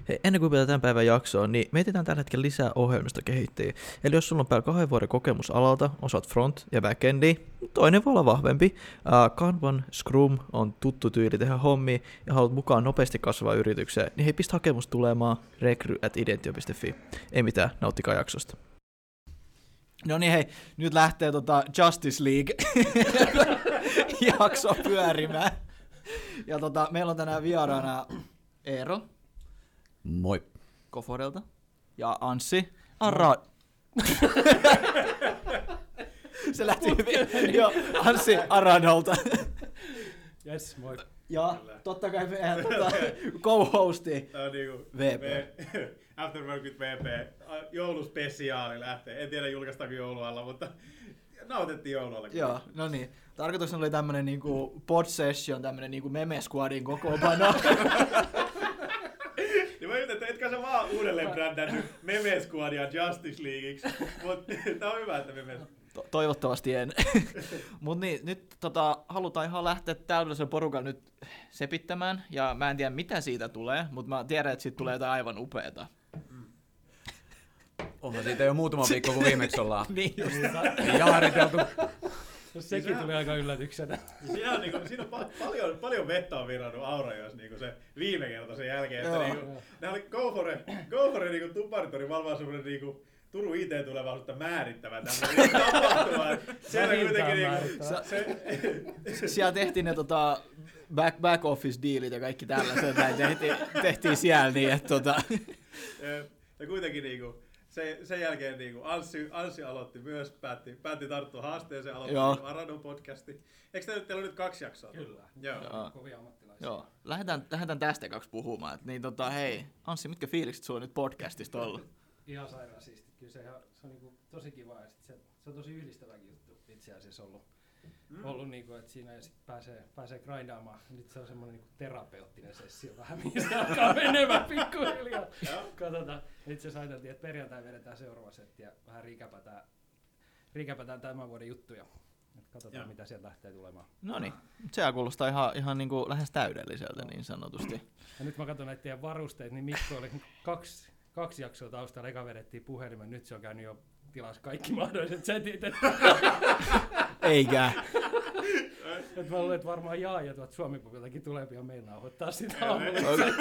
Hei, ennen kuin vielä tämän päivän jaksoon, niin mietitään tällä hetkellä lisää ohjelmistokehittäjiä. Eli jos sulla on päällä 2 vuoden kokemus alalta, osaat front- ja backendia, toinen voi olla vahvempi. Kanban, Scrum on tuttu tyyli tehdä hommia ja haluat mukaan nopeasti kasvavaa yritykseen, niin hei, pistä hakemus tulemaan rekry@identio.fi. Ei mitään, nauttikaa jaksosta. No niin hei, nyt lähtee Justice League jakso pyörimään. Ja meillä on tänään vieraana Eero. Moi. Koforelta. Ja Anssi. Arra. Se lähti hyvin. Joo, Anssi Aranolta. Yes, moi. Ja totta kai meidän co-hosti VP. Afterwork with VP. Jouluspesiaali lähtee. En tiedä julkaistaanko joulualla, mutta nautettiin joulualla. Joo, no niin. Tarkoituksena oli tämmönen niinku pod session, tämmönen niinku meme squadin kokoonpano. Ja mä yritän, että etkä sä vaan uudelleen brändännyt Meme Squadia Justice Leagueiksi, mutta tää on hyvä, että Meme. Toivottavasti en. Mut niin, nyt halutaan ihan lähteä täydellisellä porukalla nyt sepittämään, ja mä en tiedä mitä siitä tulee, mutta mä tiedän, että siitä tulee jotain aivan upeeta. Onhan siitä jo muutama viikko, kun viimeksi ollaan Niin just. jaariteltu. Sekin tuli aika yllätyksenä. Siinä on paljon vettä on virrannut Aurajoissa niin se viime kerta sen jälkeen. Että, nämä oli GoFore niin tuparitori valvaa semmoinen niin Turun IT-tulevaisuutta määrittävä tämmöinen tapahtuma. Siellä kuitenkin siellä tehtiin ne back office dealit ja kaikki tällaiset, tehtiin siellä niin, että Ja kuitenkin sen jälkeen Anssi aloitti myös, päätti tarttua haasteeseen, aloitti Aradon podcasti. Eikö teillä nyt 2 jaksoa? Kyllä. Joo. Kovia ammattilaisia. joo. Lähdetään tästä 2 puhumaan. Niin hei, Anssi, mitkä fiilikset sulla on nyt podcastista ollut? Ihan sairaan siisti. Kyllä se on niinku tosi kiva ja se on tosi yhdistäväkin juttu itse asiassa ollut niinku, että siinä ja sit pääsee grindaamaan. Nyt se on semmoinen niinku terapeuttinen sessio vähän, mihin se alkaa menemään pikkuhiljaa. Katsotaan. Itse asiassa ajateltiin, että perjantai vedetään seuraava setti ja vähän riikäpätään tämän vuoden juttuja. Katsotaan mitä sieltä lähtee tulemaan. Noniin, sehän kuulostaa ihan niinku lähes täydelliseltä niin sanotusti. Ja nyt mä katson näitä teidän varusteita, niin Mikko oli 2 jaksoa taustalla, eka vedettiin puhelimen, nyt se on käynyt jo tilas kaikki mahdolliset setit. Eikä. Mä luulen, että varmaan Jaaja tuolta Suomi-pupiltakin tulee pian meillä nauhoittaa sitä aamulla.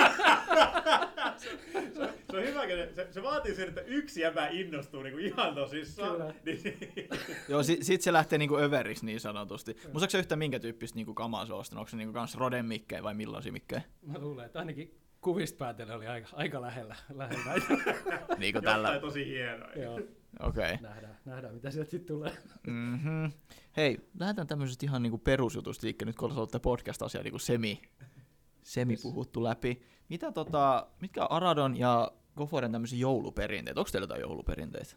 Se on hyvä, se vaatii sen, että yksi jäbä innostuu niinku ihan tosissaan. Joo, sit se lähtee niinku överiksi niin sanotusti. Muistatko sä yhtä minkä tyyppistä niinku kamaa se on ostanut? Onko se niinku kans Roden mikkejä vai millaisia mikkejä? Mä luulen, että ainakin kuvista päätellen oli aika lähellä. Niinku tällä. Jotain tosi hienoa. Joo. Okei. Nähdään mitä sieltä sitten tulee. Mm-hmm. Hei, lähdetään tämmöisestä ihan niinku perusjutusta liikkeelle, nyt kun olette podcast-asiaa niinku semi puhuttu läpi. Mitkä on Aradon ja GoForen tämmöisiä jouluperinteitä? Onko teillä jotain jouluperinteitä?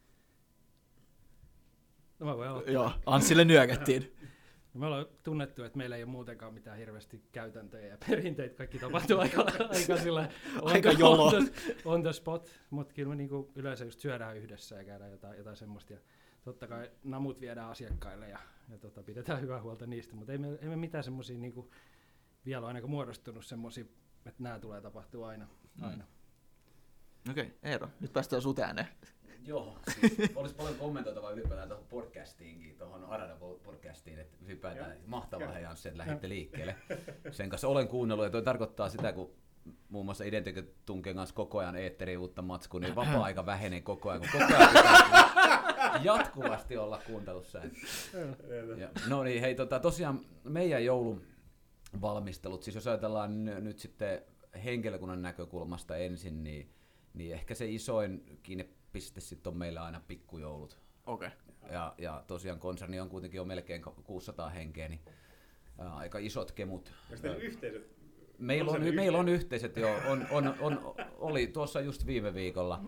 No mä voin aloittaa. Joo, Anssille nyökättiin. Me ollaan tunnettu, että meillä ei ole muutenkaan mitään hirveästi käytäntöjä ja perinteitä. Kaikki tapahtuu aika sillä on the spot, mutta kyllä me niinku yleensä just syödään yhdessä ja käydään jotain semmoista. Ja totta kai namut viedään asiakkaille ja pidetään hyvää huolta niistä, mutta ei me mitään semmoisia niinku vielä ainakaan muodostunut semmoisia, että nämä tulee tapahtua aina. Okei, Eero, nyt päästään sut ääneen. Joo, siis olisi paljon kommentoitavaa ylipäätään tuohon podcastiinkin, tuohon Aradon podcastiin, että ylipäätään mahtavaa Janssi, että lähditte liikkeelle. Sen kanssa olen kuunnellut, ja toi tarkoittaa sitä, kun muun muassa Identity-tunken kanssa koko ajan eetteriin uutta matskua, niin vapaa-aika vähenee koko ajan, kun koko ajan pitää jatkuvasti olla kuuntelussa. No niin, hei, tosiaan meidän jouluvalmistelut, siis jos ajatellaan nyt sitten henkilökunnan näkökulmasta ensin, niin ehkä se isoin kiinnepiste sitten on meillä aina pikkujoulut. Okei. Ja tosiaan konserni on kuitenkin jo melkein 600 henkeä, niin aika isot kemut. Onko teillä yhteisöt? Meillä on yhteiset jo, oli tuossa just viime viikolla.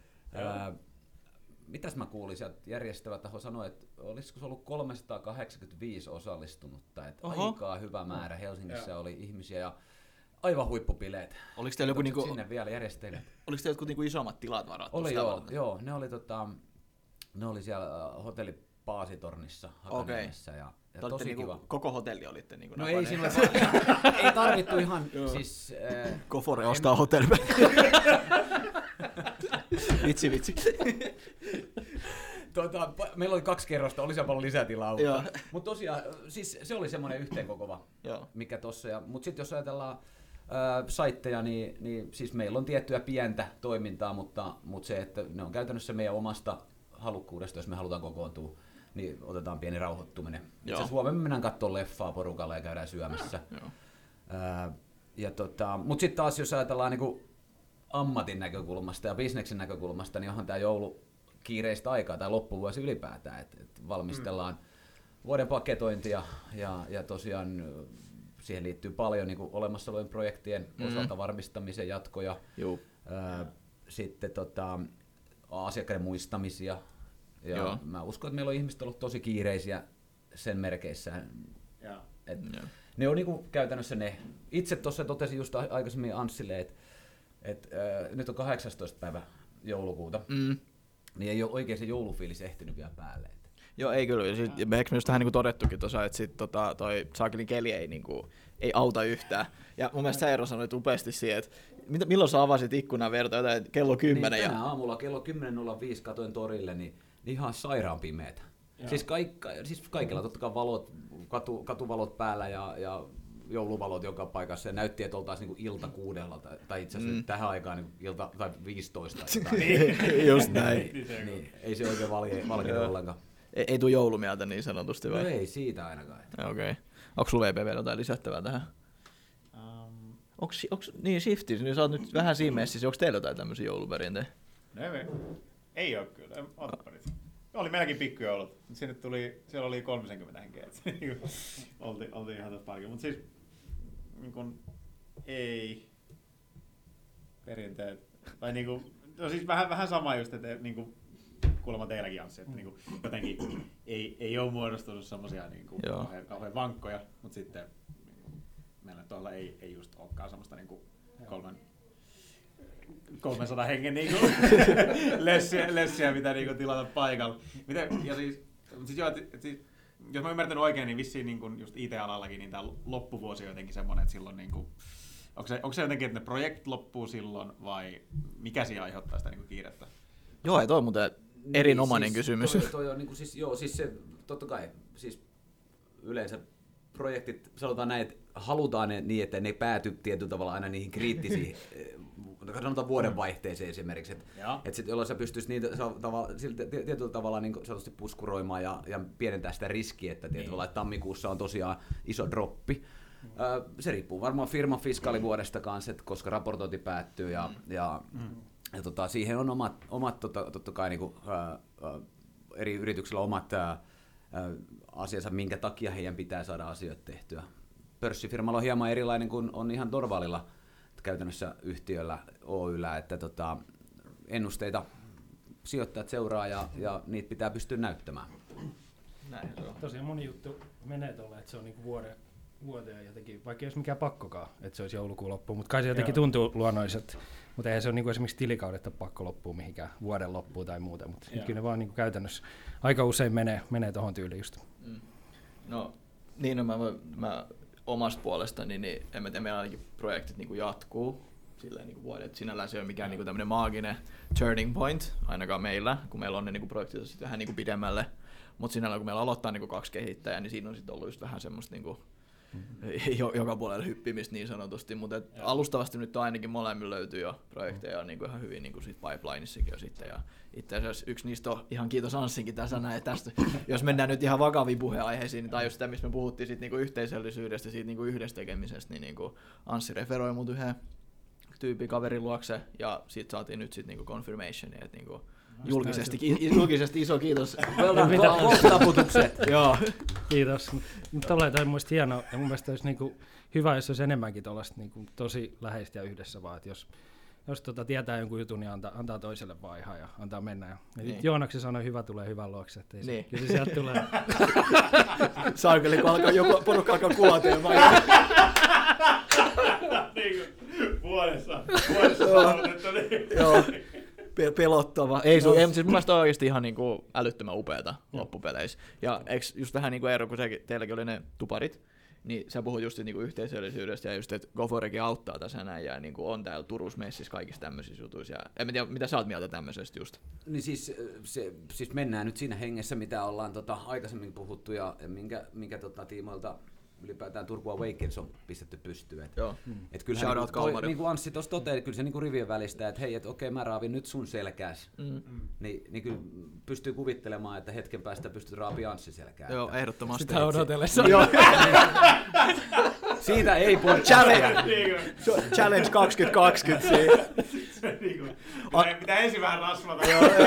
Mitäs mä kuulin, sieltä järjestävä taho sanoi, että olisiko se ollut 385 osallistunutta, että aika hyvä määrä. Helsingissä oli ihmisiä ja aivan huippupileet. Oliko teillä joku niinku sinne vielä järjestäjät? Oliko teillä jotkut niinku isommat tilat varattu? Oli joo, ne oli siellä Paasitornissa Hakaniemessä. Ja tosi niinku, kiva. koko hotelli olitte niinku No ei siinä ei tarvittu ihan siis... Gofore ostaa hotelli. vitsi. Meillä oli 2 kerrosta, oli se paljon lisätilaa. Mutta tosiaan, siis se oli semmoinen yhteenkokova, mikä tossa. Mutta sitten jos ajatellaan saitteja, niin siis meillä on tiettyä pientä toimintaa, mutta se, että ne on käytännössä meidän omasta halukkuudesta, jos me halutaan kokoontua, niin otetaan pieni rauhoittuminen. Itse asiassa huomenna me mennään katsomaan leffaa porukalla ja käydään syömässä. Mutta sitten taas, jos ajatellaan niinku ammatin näkökulmasta ja bisneksen näkökulmasta, niin onhan tämä joulu kiireistä aikaa tai loppuvuosi ylipäätään, että valmistellaan vuoden paketointia ja tosiaan siihen liittyy paljon niin olemassa olevien projektien osalta varmistamisen jatkoja, sitten asiakkaiden muistamisia. Ja mä uskon, että meillä on ihmiset ollut tosi kiireisiä sen merkeissä. Ne on niin käytännössä ne. Itse tuossa totesin just aikaisemmin Anssille, että nyt on 18. päivä joulukuuta, niin ei ole oikein se joulufiilis ehtinyt vielä päälle. Joo, ei kyllä. Eikö me just tähän niinku todettukin tuossa, että sit toi saakelin keli ei auta yhtään. Ja mun mielestä sä Eero sanoit upeasti siihen, että milloin sä avasit ikkunan verta jotain kello 10? Niin, tänään aamulla kello 10.05 katoin torille, niin ihan sairaan pimeetä. Siis kaikilla totta kai valot, katuvalot päällä ja jouluvalot joka paikassa. Ja näytti, että oltaisiin niinku ilta 6 tai itse asiassa tähän aikaan niinku ilta tai 15. Just näin. Niin, ei se oikein valkene ollenkaan. Ei tule joulumieltä niin sanotusti vai? No ei siitä ainakaan. Okei. Onko sulla VPV jotain lisättävää tähän? Niin Shiftis, niin sä oot nyt vähän siinä messissä. Onko teillä jotain tämmöisiä jouluperinteitä? No ei ole kyllä. Otapa nyt. Oli meilläkin pikkujoulut. Siellä oli 30 henkeä. oltiin ihan tässä parkilla. Mutta siis niin kun, ei perinteet. Tai niinku, no siis vähän sama just, että niinku, kuulemma teilläkin Anssi, että niinku, jotenkin ei ole muodostunut semmosia niinku, kauhean vankkoja, mutta sitten meillä tuolla ei just olekaan semmoista niinku 300 hengen niinku lessiä, mitä niinku tilata paikalla. Jos mä ymmärtänyt oikein, niin vissiin niinku just IT-alallakin niin tää loppuvuosi on jotenkin semmoinen, että silloin niinku, onko se jotenkin, että ne projektit loppuu silloin vai mikä siinä aiheuttaa sitä niinku kiirettä? Joo, ei toi on muuten erinomainen siis kysymys. Toi on niinku siis se totta kai siis yleensä projektit sanotaan näin, että halutaan ne niin, että ne pääty tietyllä tavalla aina niihin kriittisiin sanotaan vuodenvaihteeseen esimerkiksi, että sit, jolloin sä pystyisit niitä tietyllä tavalla niin sanotusti puskuroimaan ja pienentää sitä riskiä, että tietyllä tavalla, että tammikuussa on tosiaan iso droppi. Se riippuu varmaan firman fiskaalivuodesta kanssa, että koska raportointi päättyy ja siihen on omat totta kai niinku, eri yrityksillä omat asiansa, minkä takia heidän pitää saada asioita tehtyä. Pörssifirmalla on hieman erilainen kuin on ihan normaalilla käytännössä yhtiöllä, Oyllä, että ennusteita sijoittajat seuraa ja niitä pitää pystyä näyttämään. Näin se on. Tosiaan moni juttu menee tuolla, että se on niinku vuoteen jotenkin, vaikka ei olisi mikään pakkokaan, että se olisi joulukuun loppuun, mutta kai se jotenkin tuntuu luonnolliselta. Mutta eihän se ole niinku esimerkiksi tilikaudet ole pakko loppua mihinkään vuoden loppuun tai muuta, mutta kyllä ne vaan niinku käytännössä aika usein menee tuohon tyyliin just. No niin, no mä omasta puolestani, niin en mä tiedä, meillä ainakin projektit niinku jatkuu silleen niinku vuodet. Sinällään se ei ole mikään niinku tämmöinen maaginen turning point, ainakaan meillä, kun meillä on ne niinku projektit sitten vähän niinku pidemmälle. Mutta sinällään kun meillä aloittaa niinku 2 kehittäjää, niin siinä on sitten ollut just vähän semmoista niinku joka puolella hyppimistä niin sanotusti, mutta alustavasti nyt on ainakin molemmilla löytyy jo projekteja niin kuin ihan hyvin niin kuin sit pipelineissakin jo sitten. Ja itse asiassa yksi niistä on ihan kiitos Anssinkin tässä näin, tästä, jos mennään nyt ihan vakaviin puheenaiheisiin, tai just sitä, missä me puhuttiin sit niinku yhteisöllisyydestä, siitä niinku yhdessä tekemisestä, niin niinku Anssi referoi mut yhden tyypin kaverin luokse, ja siitä saatiin nyt sit niinku confirmation, että niinku julkisesti iso kiitos. Taputukset. Joo. Kiitos. Tolleen toi on muista hienoa, ja mun mielestä olisi niinku hyvä, jos olisi enemmänkin tuollaista niinku tosi läheistä ja yhdessä vaan, että jos tietää jonkun jutun, niin antaa toiselle vaan ihan ja antaa mennä. Ja niin. Joonaksi sanoi, hyvä tulee hyvän luokse, että ei niin. Kyllä se sieltä tulee. Saakeli, kun joku porukka alkaa kuoteen vai? Niin kuin vuodessa saavutettu. Joo. Pelottava. Ei, siis mun mielestä on oikeasti ihan niinku älyttömän upeata loppupeleissä. Ja eiks just vähän niinku Eero, kun teilläkin oli ne tuparit, niin sä puhut just niinku yhteisöllisyydestä ja just, että Goforekin auttaa tässä näin ja niinku on täällä Turussa messissä kaikissa tämmöisissä jutuissa. Ja en mä tiedä, mitä sä oot mieltä tämmöisestä just? Niin siis mennään nyt siinä hengessä, mitä ollaan aikaisemmin puhuttu ja minkä tiimoilta ylipäätään Turku Awakens on pistetty pystyyn. Et kyllähän niin kuin Anssi tuossa toteaa, kyllä se niin kuin rivien välistä, että hei, okei, mä raavin nyt sun selkääs. Niin kyllä pystyy kuvittelemaan, että hetken päästä pystyt raapimaan Anssi selkää. Joo, ehdottomasti. Sitä odotellessa. Siitä ei puhuta. Challenge 2020 siinä. Pitää ensin vähän rasvata.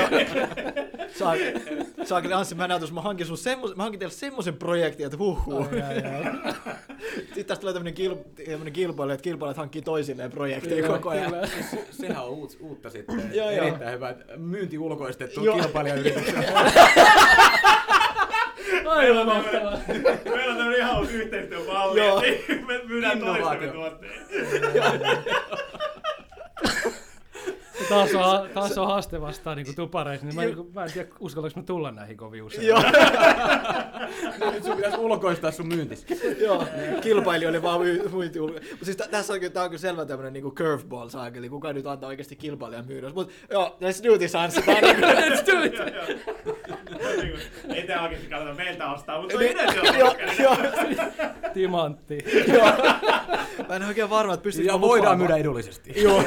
Saakeli Anssi, mä hankin teille semmoisen projektin, että Sitten tästä tulee tämmönen kilpailu, että kilpailijat hankkii toisilleen projekteja koko ajan. Sehän on uutta sitten. Erittäin hyvä, että myynti ulkoistettu kilpailijayritykseen. Meillä on tämmöinen ihan uusi yhteistyömalli, että me myydään toistemme tuotteita. Taas on haaste vastaan niin tupareissa, niin mä en tiedä, uskallanko mä tulla näihin kovin usein. Joo. Nyt sun pitäisi ulkoistaa sun myyntis. Joo, kilpailijoille vaan myynti ulkoistaa. Siis tässä on kyllä selvä tämmönen niinku curveball saakeli, kuka nyt antaa oikeasti kilpailijan myydä. Mut joo, let's do this, Anssi. Let's do it! Ei tää oikeesti kannata meiltä ostaa, mutta on yleensä Joo. Timantti. Joo. Mä en oikein varma, että pystytkö ja voidaan myydä edullisesti. Joo.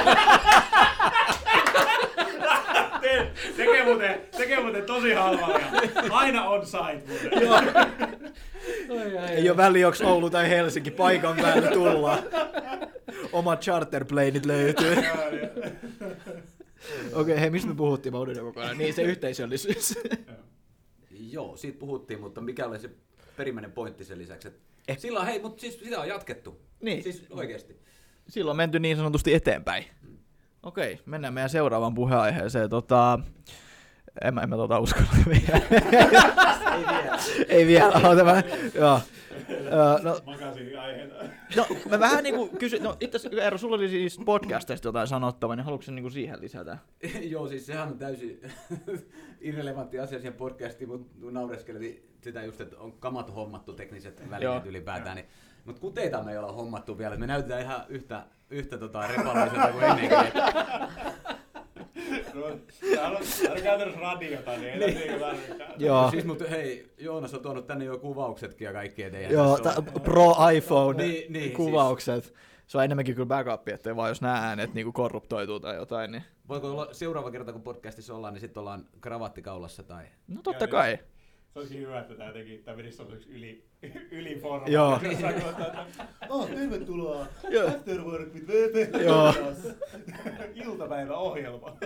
Tekee muuten tosi halvalla. Aina on site muuten. Ei oo väliä, onks Oulu tai Helsinki, paikan päälle tullaan. Omat charterplaneit löytyy. Okei, hei, mistä me puhuttiin Maudun kokonaan? Niin, se yhteisöllisyys. Joo, siitä puhuttiin, mutta mikä oli se perimmäinen pointti sen lisäksi? Silloin, hei, mutta siis sitä on jatkettu. Niin. Siis oikeesti. Silloin on menty niin sanotusti eteenpäin. Okei, mennään meidän seuraavaan puheenaiheeseen. En mä uskalla vielä. Ei vielä. Joo. Makasin aiheena. No, mä vähän niinku kysyin, no itse asiassa Eero, sulla oli siis podcastista jotain sanottavaa, niin haluatko niinku siihen lisätä? Joo, siis sehän on täysin irrelevantti asia siihen podcastiin, mutta naureskelin sitä just, että on kamat hommattu tekniset välineet ylipäätään, niin, mutta kuteita me ei olla hommattu vielä, me näytetään ihan yhtä repalaiselta kuin ennenkin. Täällä on käytännössä radiota, niin ei niin tarvitse. Joo. Siis, mutta hei, Joonas on tuonut tänne jo kuvauksetkin ja kaikki, ettei joo, pro iPhone niin, kuvaukset. Siis. Se on enemmänkin kyllä backup, ettei vaan jos nämä äänet niinku korruptoituu tai jotain. Niin. Voiko olla seuraava kerta, kun podcastissa ollaan, niin sitten ollaan kravatti-kaulassa tai... No totta kai. Se olisi hyvä, että tämä menisi sellaiseksi yliforma. Joo. Tervetuloa Afterwork with VP. Iltapäiväohjelma.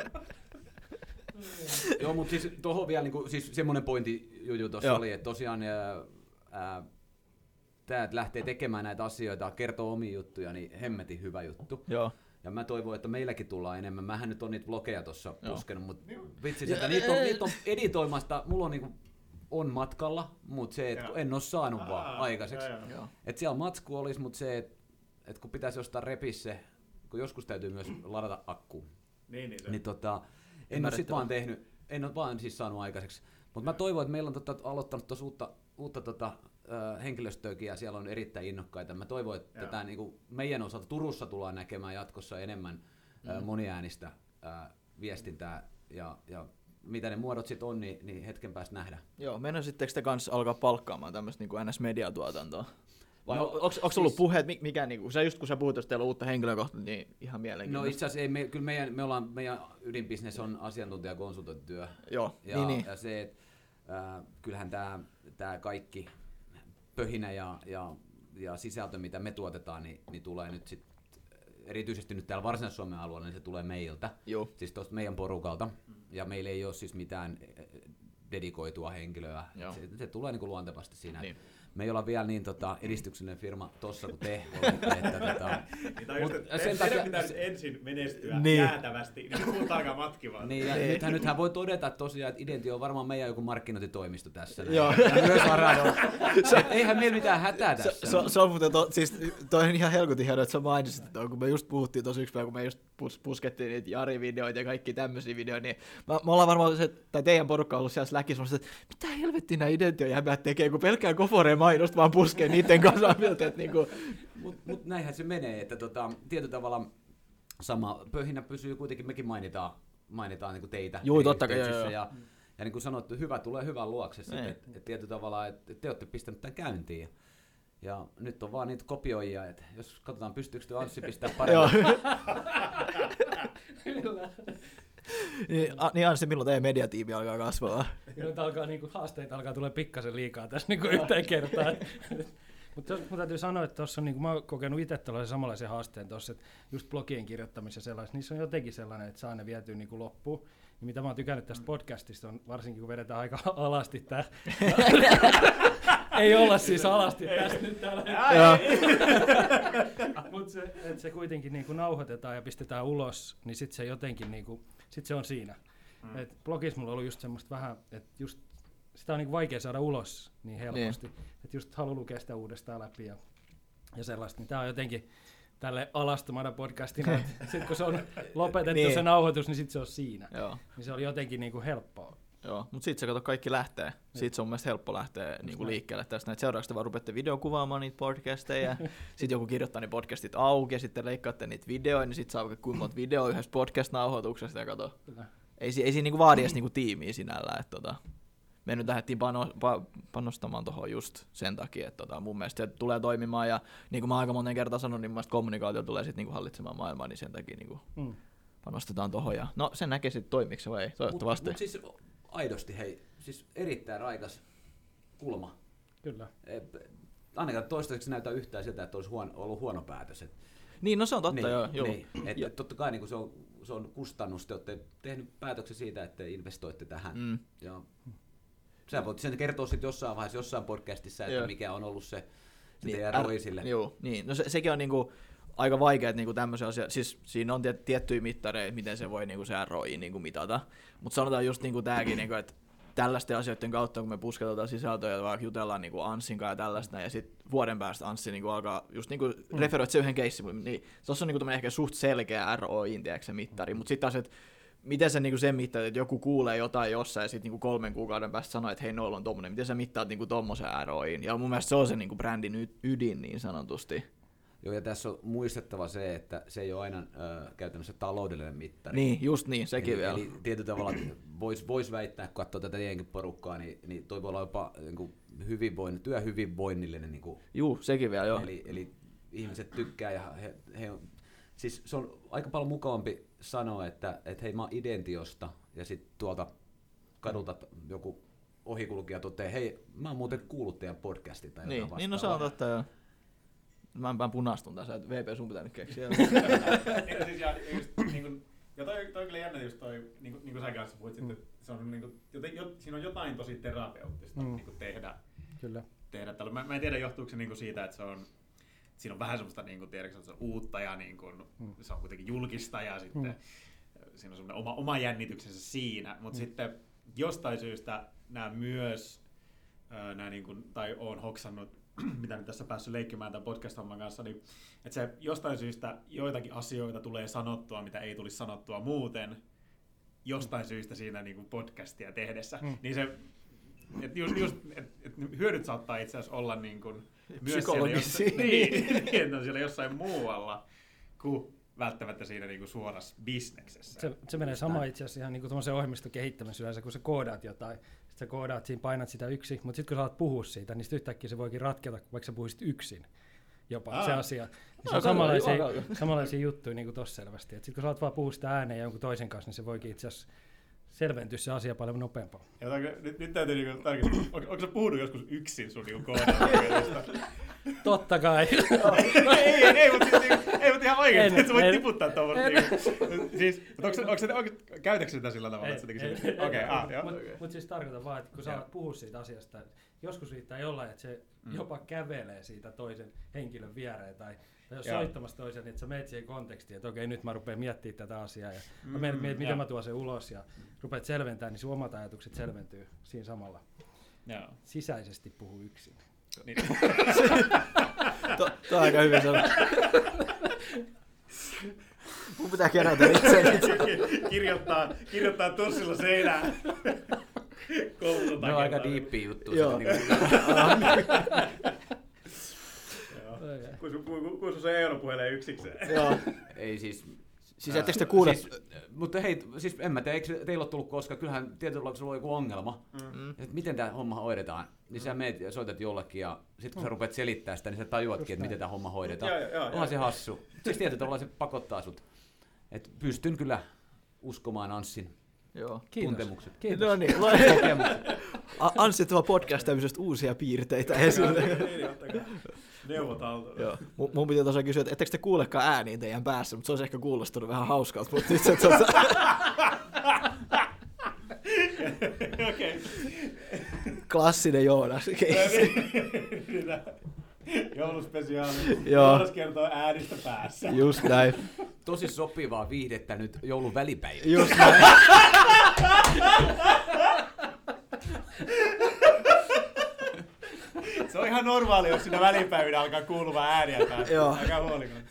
Joo, mutta siis tuohon vielä niinku, siis semmoinen pointti Juju tuossa oli, että tosiaan tämä lähtee tekemään näitä asioita, kertoo omia juttuja, niin hemmetin hyvä juttu. Joo. Ja mä toivon, että meilläkin tullaan enemmän. Mähän nyt on niitä vlogeja tuossa puskenut, mutta vitsi, että niitä on editoimasta, mulla on niinku on matkalla, mutta se, että en ole saanut vaan aikaiseksi. Että siellä matsku olisi, mutta se, että kun pitäisi jostain repissä, kun joskus täytyy myös ladata akkuun, niin en ole sit vaan tehnyt, en ole vaan siis saanut aikaiseksi. Mutta mä toivon, että meillä on aloittanut tuossa uutta henkilöstöäkin ja siellä on erittäin innokkaita. Mä toivon, että tämä niinku meidän osalta Turussa tullaan näkemään jatkossa enemmän moniäänistä viestintää ja mitä ne muodot sitten on, niin hetken päästä nähdään. Joo, meinasitteko te kanssa alkaa palkkaamaan tämmöistä niin NS-mediatuotantoa? Vai onko ollut puheet, mikä niinku, sä just kun sä puhut, jos teillä on uutta henkilökohtaa, niin ihan mielenkiintoista. No itse asiassa kyllä meidän ydinbusiness on asiantuntijakonsultointityö. Joo, ja, niin. Ja se, että kyllähän tämä kaikki pöhinä ja sisältö, mitä me tuotetaan, niin tulee nyt sitten, erityisesti nyt täällä Varsinais-Suomen alueella, niin se tulee meiltä, siis tuosta meidän porukalta. Ja meillä ei ole siis mitään dedikoitua henkilöä. Se tulee niinku luontevasti siinä. Niin. me ei olla vielä niin edistyksellinen firma tossa kuin te olette. Teidän pitää ensin menestyä jäätävästi, niin sitten alkaa matkimaan. Niin, ja nythän voi todeta tosiaan, että Identio on varmaan meidän joku markkinointitoimisto tässä. Joo. Ja myös Arado. Eihän meillä mitään hätää tässä. Se on muuten, siis toi on ihan helkutin hienoa, että sä mainitsit, että kun me just puhuttiin tosi yksi päivä, kun me just puskettiin niitä Jari-videoita ja kaikki tämmöisiä videoita, niin me ollaan varmaan se, tai teidän porukka on ollut siellä Slackissa, että mitä helvettiä nämä Identio-jäbät tekee, kun pelkkää Goforeen mainosta vaan puskee niiden kanssa. Niinku. Mut näinhän se menee, että tietyllä tavalla sama pöhinä pysyy kuitenkin, mekin mainitaan niin kuin teitä. Juu, totta kai. Ja niin kuin sanottu, hyvä tulee hyvän luokse. Et tietyllä tavalla, että te olette pistänyt tämän käyntiin. Ja nyt on vaan niitä kopioijia, että jos katsotaan, pystyykö tuo Anssi pistää paremmin. Niin Anssi, milloin teidän mediatiimi alkaa kasvaa? Nyt alkaa, haasteita alkaa tulla pikkasen liikaa tässä yhteen kertaan. Mutta mun täytyy sanoa, että tuossa on, mä oon kokenut itse tällaisen samanlaisen haasteen tuossa, että just blogien kirjoittamisen sellaista, niissä on jotenkin sellainen, että saa ne vietyä loppuun. Ja mitä mä oon tykännyt tästä podcastista on, varsinkin kun vedetään aika alasti tää. Ei olla siis alasti tästä nyt täällä. Mutta se kuitenkin nauhoitetaan ja pistetään ulos, niin sitten se jotenkin, sit se on siinä. Et blogissa mulla on ollut just semmoista vähän, että just sitä on vaikea saada ulos niin helposti, että just haluaa lukea sitä uudestaan läpi ja sellaista, niin tää on jotenkin tälle alastomana podcastina, että sitten kun se on lopetettu se nauhoitus, niin sitten se on siinä. Joo. Niin se oli jotenkin helppoa. Joo, mutta sitten se kato kaikki lähtee. Sitten se on mun mielestä helppo lähteä liikkeelle tästä. Seuraavaksi te vaan rupeatte videokuvaamaan niitä podcasteja, sitten joku kirjoittaa ne podcastit auki ja sitten leikkaatte niitä videoita, niin sitten saa vaikka kuinka monta videoa yhdessä podcast-nauhoituksesta ja kato. Ei siinä vaadi edes tiimiä sinällään, että me nyt lähdettiin panostamaan tuohon just sen takia, että mun mielestä se tulee toimimaan ja niin kuin mä aika monen kertaa sanon, niin mun mielestä kommunikaatio tulee sitten hallitsemaan maailmaa, niin sen takia panostetaan tuohon ja no sen näkee sitten toimiiko se vai ei, toivottavasti. Mut siis aidosti hei, siis erittäin raikas kulma. Kyllä. Ainakaan toistaiseksi näyttää yhtään siltä, että olisi ollut huono päätös. Niin, no se on totta, joo. Niin. Että totta kai niin se on kustannus, te olette tehnyt päätöksen siitä, että investoitte tähän. Ja sä voit sen kertoa sitten jossain vaiheessa, jossain podcastissa, että mikä on ollut se teidän ROI sille. Joo, niin. No sekin on aika vaikea, että tämmöisiä asioita, siis siinä on tiettyjä mittareita, miten se voi se ROI mitata, mutta sanotaan just tämäkin, että tällaisten asioiden kautta, kun me pusketaan sisältöjä ja vaikka jutellaan Anssin kanssa ja tällaista, ja sitten vuoden päästä Anssi alkaa just referoida se yhden keissin, niin tuossa on ehkä suht selkeä ROI-mittari, mutta sitten taas, että miten sä sen mittaat, että joku kuulee jotain jossain ja sitten 3 kuukauden päästä sanoo, että hei, noilla on tommonen, miten sä mittaat tommosen ROIin, ja mun mielestä se on se brändin ydin niin sanotusti. Joo, ja tässä on muistettava se, että se ei ole aina käytännössä taloudellinen mittari. Niin, just niin, sekin vielä. Eli tietyllä tavalla vois väittää, kun katsoo tätä teidänkin porukkaa, niin toi voi olla jopa työhyvinvoinnillinen. Juu, sekin vielä, joo. Eli ihmiset tykkää ja he on, siis se on aika paljon mukavampi sanoa, että hei mä oon Identiosta ja sitten tuolta kadulta joku ohikulkija toteaa, hei mä oon muuten kuullut teidän podcastin tai jotain vastaavaa. Niin, no se on totta, joo. Mä punastun tässä, että VP sun pitää nyt keksiä. Ja toi on kyllä jännä just toi, niin kuin sä kanssa puhuit, että se on, siinä on jotain tosi terapeuttista tehdä. Kyllä. Mä en tiedä, johtuuko se siitä, että siinä on vähän semmoista tiedätkö, että se on uutta ja se on kuitenkin julkista ja sitten siinä on semmoinen oma jännityksensä siinä, mutta sitten jostain syystä nämä myös, tai oon hoksannut, mitä nyt tässä päässyt leikkimään tämän podcast-homman kanssa, niin että se jostain syystä joitakin asioita tulee sanottua, mitä ei tulisi sanottua muuten, jostain syystä siinä podcastia tehdessä. Niin se, että hyödyt saattaa itse asiassa olla myös siellä jossain muualla kuin välttämättä siinä suorassa bisneksessä. Se menee sama itse asiassa ihan tuommoisen ohjelmistokehittämisessä yleensä, kun sä koodaat jotain. Sitten sä koodaat siinä, painat sitä yksin, mutta sitten kun sä alat puhua siitä, niin yhtäkkiä se voikin ratketa, vaikka sä puhuisit yksin jopa se asia. Se on samanlaisia juttuja niin kuin tossa selvästi. Sitten kun sä alat vaan puhua sitä ääneen jonkun toisen kanssa, niin se voikin itse asiassa selventyä se asia paljon nopeampaa. Nyt täytyy tarkistaa, onko sä puhunut joskus yksin sun koodaamisesta? Totta kai. ei, mutta ihan oikein, että sä voit tiputtaa tuommoista. Siis, käytätkö sitä sillä tavalla, että sä tekisit? Okei, joo. Mutta siis tarkoitan vaan, että kun sä alat puhua siitä asiasta, joskus riittää jollain, että se jopa kävelee siitä toisen henkilön viereen, tai jos soittamassa toisen, niin että sä meet siihen kontekstiin, että okei, nyt mä rupean miettimään tätä asiaa, ja mä mietin, miten mä tuon sen ulos, ja rupeat selventämään, niin sun omat ajatukset selventyy siinä samalla. Sisäisesti puhu yksin. Niin. Tuo on aika hyvin sanottu. Mun pitää kerätä itseäni. Kirjoittaa tussilla seinään. Ne on aika diippiä juttu. Kun se Eero puhelee yksikseen. Joo. Ei siis... Siis ettekö te kuule... Mutta hei, siis en mä tiedä, eikö teillä ole tullut koskaan, kyllähän tietyllä lailla sulla on joku ongelma, että miten tämä homma hoidetaan, niin sä meet ja soitat jollekin ja sitten kun sä rupeat selittämään sitä, niin sä tajuatkin, että miten tämä homma hoidetaan. Onhan se hassu. Siis tietyllä tavalla se pakottaa sut. Et pystyn kyllä uskomaan Anssin tuntemukset. Kiitos. No niin, Anssi tuo podcast tämmöisestä uusia piirteitä esille. Neuvotaan. Mun pitää tosiaan kysyä, että ettekö te kuulekaan ääniin teidän päässä, mutta se olisi ehkä kuulostunut vähän hauskalta, mutta nyt se Okei. Klassinen Joonas. Jouluspesiaali. Joonas kertoo äänistä päässä. Just näin. Tosi sopivaa viihdettä nyt joulun välipäivä. Just näin. Se on ihan normaali, jos siinä välipäivinä alkaa kuuluva ääniä päästä. Joo. Aika huolikaan.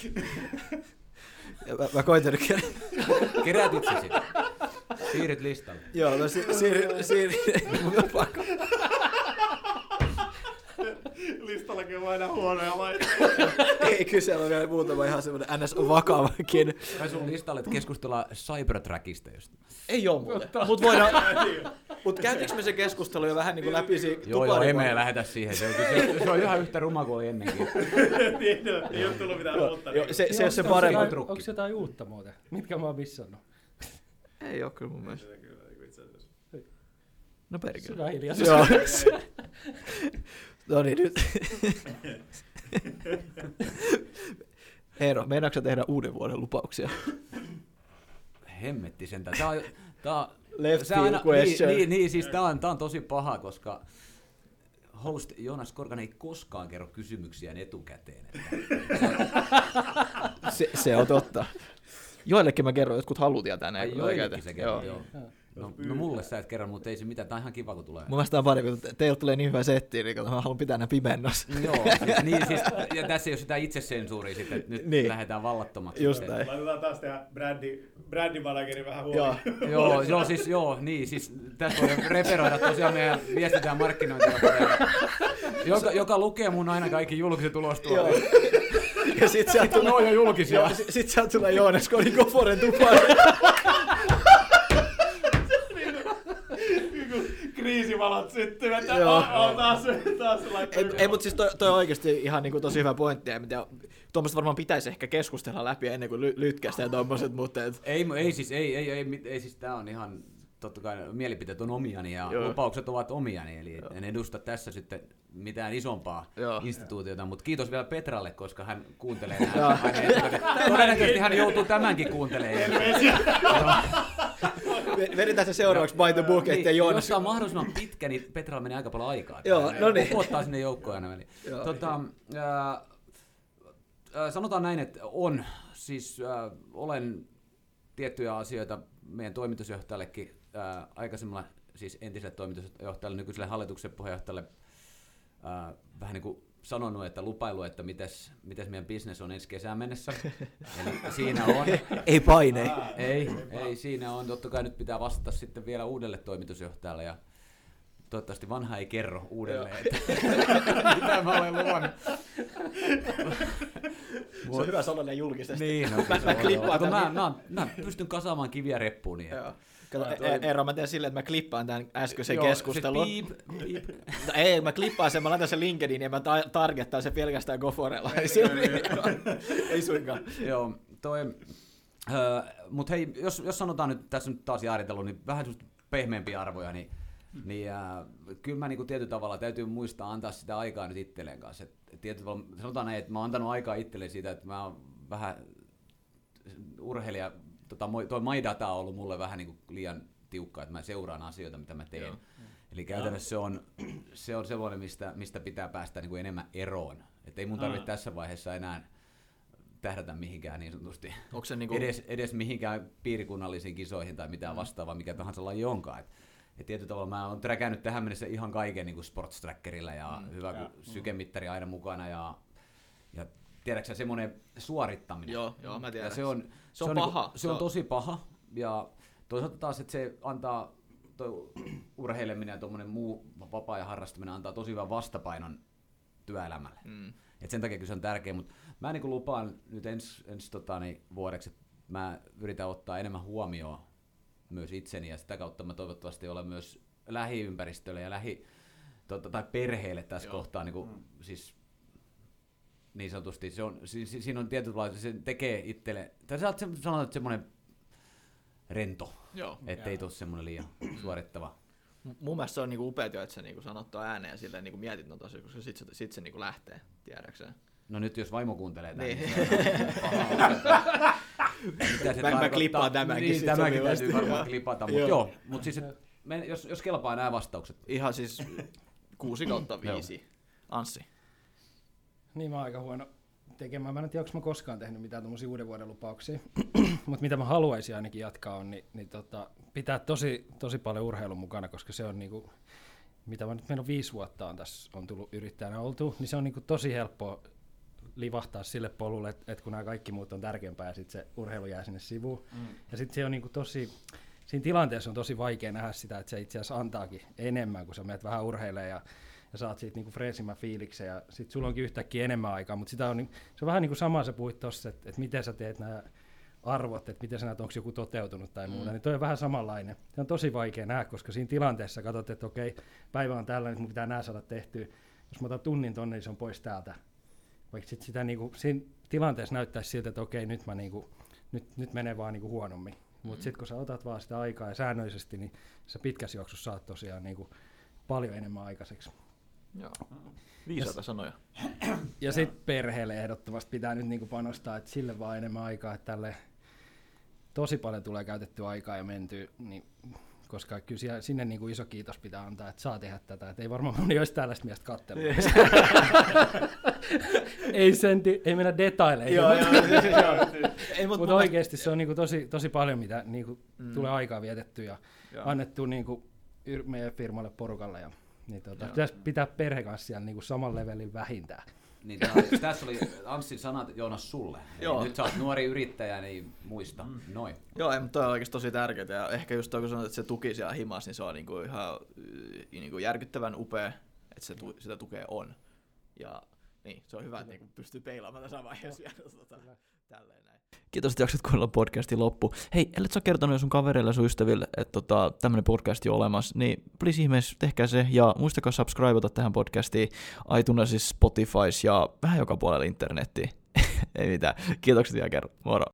Mä koitan nyt Keräät itsesi. Siirryt listalle. Joo, no siirry. Listallakin on aina huonoja laitteja. Ei kyse ole vielä muutama ihan semmoinen ns. Vakavakin. Kai sun listalle, että keskustellaan Cybertrackista just. Ei oo muuten. Mut käytiinkö me se keskustelu jo vähän niin kuin läpi siinä Joo, ei me lähetä siihen. Se on ihan yhtä ruma kuin ennenkin. Ei ole tullut mitään uutta. Se on se parempi. Onko jotain uutta muuten? Mitkä mä oon missannut? Ei oo kyllä mun mielestä. No perkele. Sydän hiljaa. Joo. No niin, nyt. Eero, meinaatko tehdä uuden vuoden lupauksia? Hemmetti sentään. Tää Left field question. Niin, siis tää on tosi paha, koska host Joonas Korkanen ei koskaan kerro kysymyksiään etukäteen. Se on totta. Joillekin mä kerron, jotkut haluaa tietää näin. Joillekin se kerro, joo. No mulle sä et kerran, mutta ei se mitään, tää on ihan kiva kun tulee. Mun mielestä on parempi, kun teiltä tulee niin hyvä setti, niin mä haluan pitää nämä pimennossa. Joo, siis, ja tässä ei ole sitä itsesensuuria sitten, että nyt niin. Lähdetään vallattomaksi. Just näin. Laitetaan taas tehdä brändimanageri vähän huomioon. Siis tässä voi referoida tosiaan meidän viestintä- ja markkinointijohtaja, joka lukee mun aina kaikki julkiset ulostuot. Ja sit sieltä tulee jo julkisia. Sit sieltä tulee Joonas Koforen tupaan. Kriisivalot syttyvät. Taas laittaa. Ei, mutta siis toi on oikeasti ihan niinku tosi hyvä pointti. Tuommoista varmaan pitäisi ehkä keskustella läpi ennen kuin lytkästä ja tommoset, mutta... Ei siis tää on ihan... Totta kai mielipiteet on omiani ja lupaukset ovat omiani, eli en edusta tässä sitten mitään isompaa instituutiota, mutta kiitos vielä Petralle, koska hän kuuntelee nämä aina etukäteen. Todennäköisesti hän joutuu tämänkin kuuntelemaan. Vedetään se seuraavaksi by the book, ettei Joonas... Jos on mahdollisimman pitkä, niin Petralla menee aika paljon aikaa. Joo, no niin. Upottaa sinne joukkoon aina väliin. Sanotaan näin, että olen tiettyjä asioita meidän toimitusjohtajallekin, aikaisemmalla siis entiselle toimitusjohtajalle, nykyiselle hallituksen puheenjohtajalle vähän niin kuin sanonut, että lupailu, että mitäs meidän business on ensi kesään mennessä. Eli siinä on... Ei paine. Ei, siinä on. Totta kai nyt pitää vastata sitten vielä uudelle toimitusjohtajalle ja toivottavasti vanha ei kerro uudelleen, että mitä mä olen luvannut. Se on hyvä sanoa julkisesti. Niin, mä pystyn kasaamaan kiviä reppuun. Niin Eero, mä teen silleen, että mä klippaan tämän äskeisen keskustelun. Ei, mä klippaan sen, mä laitan sen LinkedIn ja mä targettaan sen pelkästään Goforella. Ei suinkaan. Joo, mutta hei, jos sanotaan nyt, tässä nyt taas jaaritellut, niin vähän pehmeämpiä arvoja, niin kyllä mä niinku tietyllä tavalla täytyy muistaa antaa sitä aikaa nyt itselleen kanssa. tietyllä sanotaan näin, että mä oon antanut aikaa itselleni siitä, että mä oon vähän urheilija, toi My Data on ollut mulle vähän niin kuin liian tiukkaa, että mä seuraan asioita, mitä mä teen. Joo. Eli käytännössä se on sellainen, mistä pitää päästä niin kuin enemmän eroon. Että ei mun tarvitse tässä vaiheessa enää tähdätä mihinkään niin sanotusti niinku edes mihinkään piirikunnallisiin kisoihin tai mitään vastaavaa, mikä tahansa laji onkaan. Et tietyllä tavalla mä oon träkännyt tähän mennessä ihan kaiken niin kuin sportstrackerilla ja hyvä sykemittari aina mukana ja tiedätkö sä semmoinen suorittaminen. Joo, mä tiedän. Se on paha. Se on tosi paha ja toisaalta taas, että se antaa urheileminen ja tuommoinen muu vapaa-ajan harrastaminen antaa tosi hyvän vastapainon työelämälle. Et sen takia se on tärkeä, mutta mä niin lupaan nyt ensi vuodeksi, että mä yritän ottaa enemmän huomioon myös itseni ja sitä kautta mä toivottavasti olen myös lähiympäristölle ja tai perheelle tässä kohtaa siis niin sanotusti siinä on tietynlaista, se tekee itselle, tai sä sanotaan, että semmoinen rento, ettei tule semmoinen liian suorittava. Mun mielestä se on niinku upeat jo, että sä niinku sanot tuon ääneen ja silleen niinku mietit noita asioita, koska sit se niinku lähtee, tiedäkseen. No nyt jos vaimo kuuntelee tämän, niin mä klippaan tämänkin. Niin, tämäkin täytyy varmaan klipata, mutta joo. Mutta siis, jos kelpaa nämä vastaukset. Ihan siis 6/5. Anssi. Niin mä oon aika huono tekemään. Mä en tiedä, onko mä koskaan tehnyt mitään tommosia uuden vuoden lupauksia, mutta mitä mä haluaisin ainakin jatkaa on, niin pitää tosi paljon urheilun mukana, koska se on niinku, mitä mä nyt meillä on 5 vuotta on tullut yrittäjänä oltu, niin se on niinku tosi helppoa livahtaa sille polulle, että kun nämä kaikki muut on tärkeämpää ja sitten se urheilu jää sinne sivuun. Ja sitten se on niinku siinä tilanteessa on tosi vaikea nähdä sitä, että se itse asiassa antaakin enemmän, kun sä menet vähän urheilemaan ja saat siitä niinku freesimmän fiiliksen ja sitten sulla onkin yhtäkkiä enemmän aikaa, mutta se on vähän niin kuin sama, sä puhuit tuossa, että miten sä teet nämä arvot, että miten sä näet, onko joku toteutunut tai muuta, niin toi on vähän samanlainen. Se on tosi vaikea nähdä, koska siinä tilanteessa katsot, että okei, päivä on tällä, nyt mun pitää nämä saada tehtyä. Jos mä otan tunnin tonne, niin se on pois täältä. Vaikka sit sitä niinku, siinä tilanteessa näyttäisi siltä, että okei, nyt menee vaan niinku huonommin. Mutta sitten kun sä otat vaan sitä aikaa ja säännöllisesti, niin sä pitkässä juoksussa saat tosiaan niinku paljon enemmän aikaiseksi. Joo. Viisaita sanoja. Ja sitten perheelle ehdottomasti pitää nyt niinku panostaa, että sille vaan enemmän aikaa, että tälle tosi paljon tulee käytettyä aikaa ja mentyä, niin, koska kyllä sinne niinku iso kiitos pitää antaa, että saa tehdä tätä. Et ei varmaan moni olisi tällaista miestä katselemaan. ei mennä detaileihin. Mutta oikeasti se on niinku tosi paljon, mitä niinku tulee aikaa vietettyä ja annettu niinku meidän firmalle porukalle. Ja, niin pitäisi pitää perhe kanssa siellä niinku saman levelin vähintään. Niin, tässä oli Anssin sanat, Joonas, sulle. Nyt sä oot nuori yrittäjä, niin muista. Noin. Joo, mutta toi on oikeasti tosi tärkeää. Ja ehkä just toi, kun sanoit, että se tuki siellä himas, niin se on niinku ihan niinku järkyttävän upea, että sitä tukea on. Ja niin, se on hyvä, että niinku pystyy peilaamaan tässä vaiheessa vielä. Tälleen näin. Kiitos, että jaksat kuunnella podcastin loppu. Hei, ellet sä kertonut sun kavereille ja sun ystäville, että tämmönen podcast on olemassa, niin please ihmeessä tehkää se ja muistakaa subscribeata tähän podcastiin iTunesissa, Spotifys ja vähän joka puolella internettiin. Ei mitään. Kiitokset vielä kerran. Moro.